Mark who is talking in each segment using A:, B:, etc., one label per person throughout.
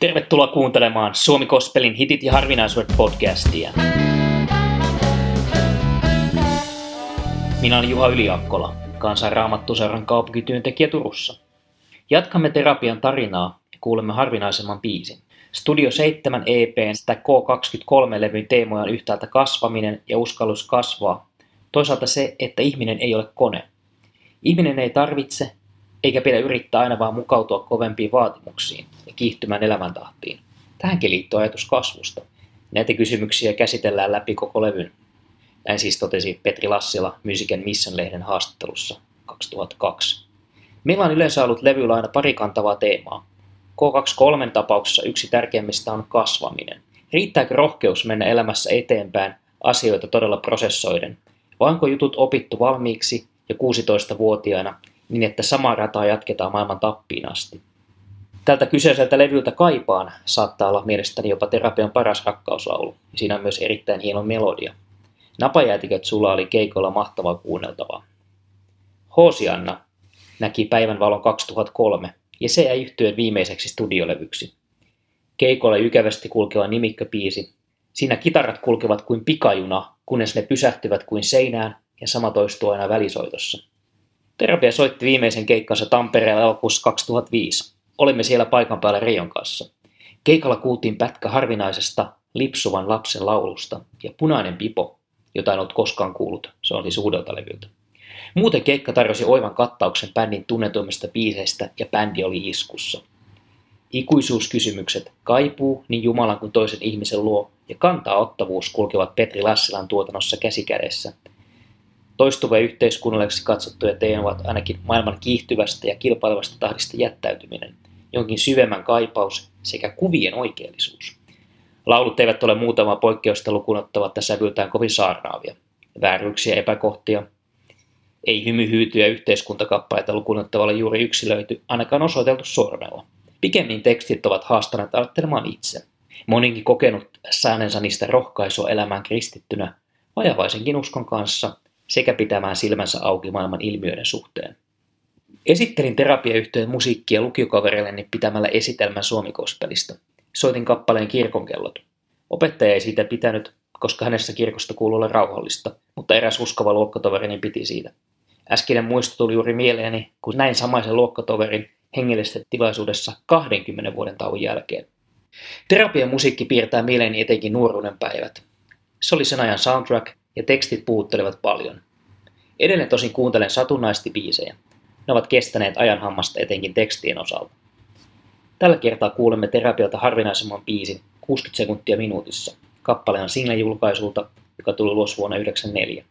A: Tervetuloa kuuntelemaan Suomi Gospelin hitit ja harvinaisuudet podcastia. Minä olen Juha Yliakkola, Kansanraamattuseuran kaupunkityöntekijä Turussa. Jatkamme terapian tarinaa ja kuulemme harvinaisemman biisin. Studio 7 EP:n sitä K23-levyn teemoja on yhtäältä kasvaminen ja uskallus kasvaa, toisaalta se, että ihminen ei ole kone. Ihminen ei tarvitse eikä pidä yrittää aina vaan mukautua kovempiin vaatimuksiin ja kiihtymään elämäntahtiin. Tähänkin liittyy ajatus kasvusta. Näitä kysymyksiä käsitellään läpi koko levyn. Näin siis totesi Petri Lassila Music and Mission-lehden haastattelussa 2002. Meillä on yleensä ollut levyllä aina pari kantavaa teemaa. K23 tapauksessa yksi tärkeimmistä on kasvaminen. Riittääkö rohkeus mennä elämässä eteenpäin asioita todella prosessoiden? Vai onko jutut opittu valmiiksi jo 16-vuotiaana niin, että samaa rataa jatketaan maailman tappiin asti? Tältä kyseiseltä levyltä Kaipaan saattaa olla mielestäni jopa terapian paras rakkauslaulu. Siinä on myös erittäin hieno melodia. Napajäätiköt sulla oli keikolla mahtavaa kuunneltavaa. Hoosianna näki päivänvalon 2003 ja se jäi yhtyeen viimeiseksi studiolevyksi. Keikolla jykevästi kulkeva nimikköbiisi. Siinä kitarat kulkevat kuin pikajuna, kunnes ne pysähtyvät kuin seinään ja sama toistuu aina välisoitossa. Terapia soitti viimeisen keikkansa Tampereella elokuussa 2005. Olimme siellä paikan päällä Reijon kanssa. Keikalla kuultiin pätkä harvinaisesta lipsuvan lapsen laulusta ja Punainen pipo, jota en ollut koskaan kuullut. Se oli siis uudelta levyltä. Muuten keikka tarjosi oivan kattauksen bändin tunnetuimmista biiseistä ja bändi oli iskussa. Ikuisuuskysymykset, kaipuu niin Jumalan kuin toisen ihmisen luo ja kantaa ottavuus kulkevat Petri Lassilan tuotannossa käsi kädessä. Toistuvia yhteiskunnalliseksi katsottuja teemoja ovat ainakin maailman kiihtyvästä ja kilpailevasta tahdista jättäytyminen, jonkin syvemmän kaipaus sekä kuvien oikeellisuus. Laulut eivät ole muutamaa poikkeusta lukuun ottamatta sävyltään kovin saarnaavia. Vääryyksiä, epäkohtia, ei hymyhyytyjä yhteiskuntakappaleita lukuun ottavalla juuri yksilöity, ainakaan osoiteltu sormella. Pikemmin tekstit ovat haastaneet ajattelemaan itse. Monikin kokenut saaneensa niistä rohkaisua elämään kristittynä vajavaisenkin uskon kanssa sekä pitämään silmänsä auki maailman ilmiöiden suhteen. Esittelin terapiayhtyeen musiikkia lukiokavereilleni pitämällä esitelmän Suomi Gospelista. Soitin kappaleen Kirkonkellot. Opettaja ei siitä pitänyt, koska hänessä kirkosta kuului olla rauhallista, mutta eräs uskova luokkatoverini piti siitä. Äskeinen muisto tuli juuri mieleeni, kun näin samaisen luokkatoverin hengellisessä tilaisuudessa 20 vuoden tauon jälkeen. Terapian musiikki piirtää mieleeni etenkin nuoruuden päivät. Se oli sen ajan soundtrack ja tekstit puhuttelevat paljon. Edelleen tosin kuuntelen satunnaisesti biisejä. Ne ovat kestäneet ajan hammasta etenkin tekstien osalta. Tällä kertaa kuulemme terapialta harvinaisemman biisin 60 sekuntia minuutissa. Kappale on single-julkaisulta, joka tuli ulos vuonna 1994.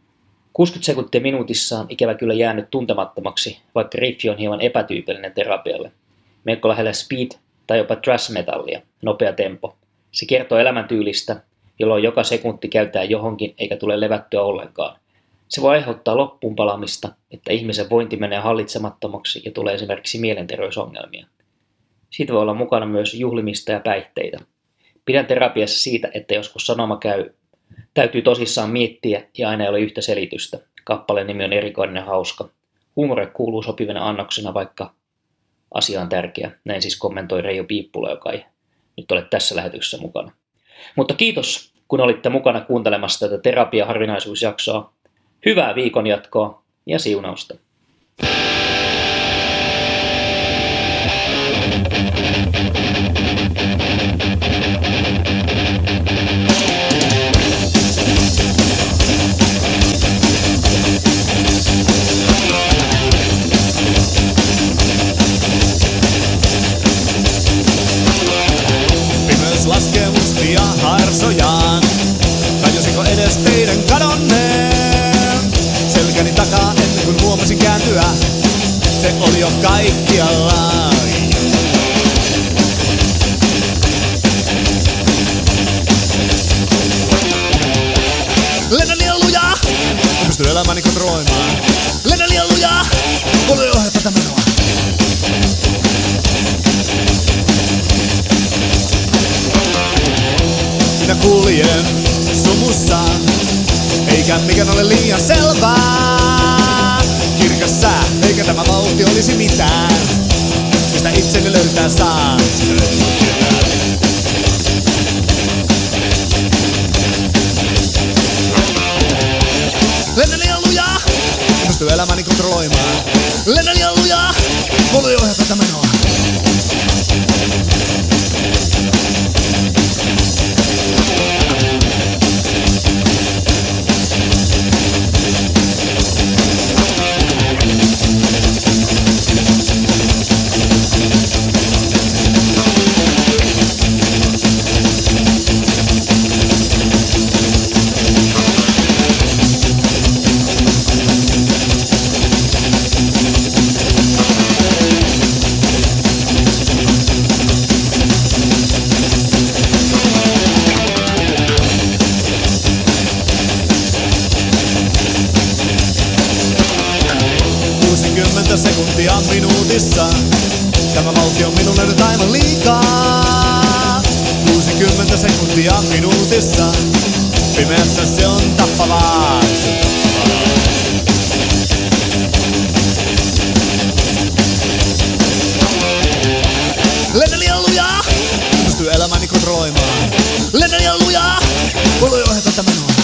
A: 60 sekuntia minuutissa on ikävä kyllä jäänyt tuntemattomaksi, vaikka riffi on hieman epätyypillinen terapialle. Melko lähellä speed tai jopa thrash metallia, nopea tempo. Se kertoo elämäntyylistä, jolloin joka sekunti käytetään johonkin eikä tule levättyä ollenkaan. Se voi aiheuttaa loppuun palamista, että ihmisen vointi menee hallitsemattomaksi ja tulee esimerkiksi mielenterveysongelmia. Siitä voi olla mukana myös juhlimista ja päihteitä. Pidän terapiassa siitä, että joskus sanoma täytyy tosissaan miettiä ja aina ei ole yhtä selitystä. Kappaleen nimi on erikoinen ja hauska. Huumori kuuluu sopivana annoksena, vaikka asia on tärkeä. Näin siis kommentoi Reijo Piippula, joka ei nyt ole tässä lähetyksessä mukana. Mutta kiitos, kun olitte mukana kuuntelemassa tätä terapia-harvinaisuusjaksoa. Hyvää viikon jatkoa ja siunausta.
B: Laskee mustia harsojaan. Tajusiko edes teidän kadonneen? Selkäni takaa ennen kuin huomasin kääntyä. Se oli jo kaikkialla. Lennän liian lujaa. En pysty elämäni kontrolloimaan. Lennän liian lujaa. Voi ohjata tätä menoa. Minä kuljen sumussa, eikä mikään ole liian selvää. Kirkas sää, eikä tämä vauhti olisi mitään, mistä itseni löytää saan. minuutissa. Tämä vauhti on minulle nyt aivan liikaa. 60 sekuntia minuutissa. Pimeässä se on tappavaa. Lennä liian lujaa. Pystyy elämäni kontrolloimaan. Lennä liian lujaa. Voi ohjata tämän on.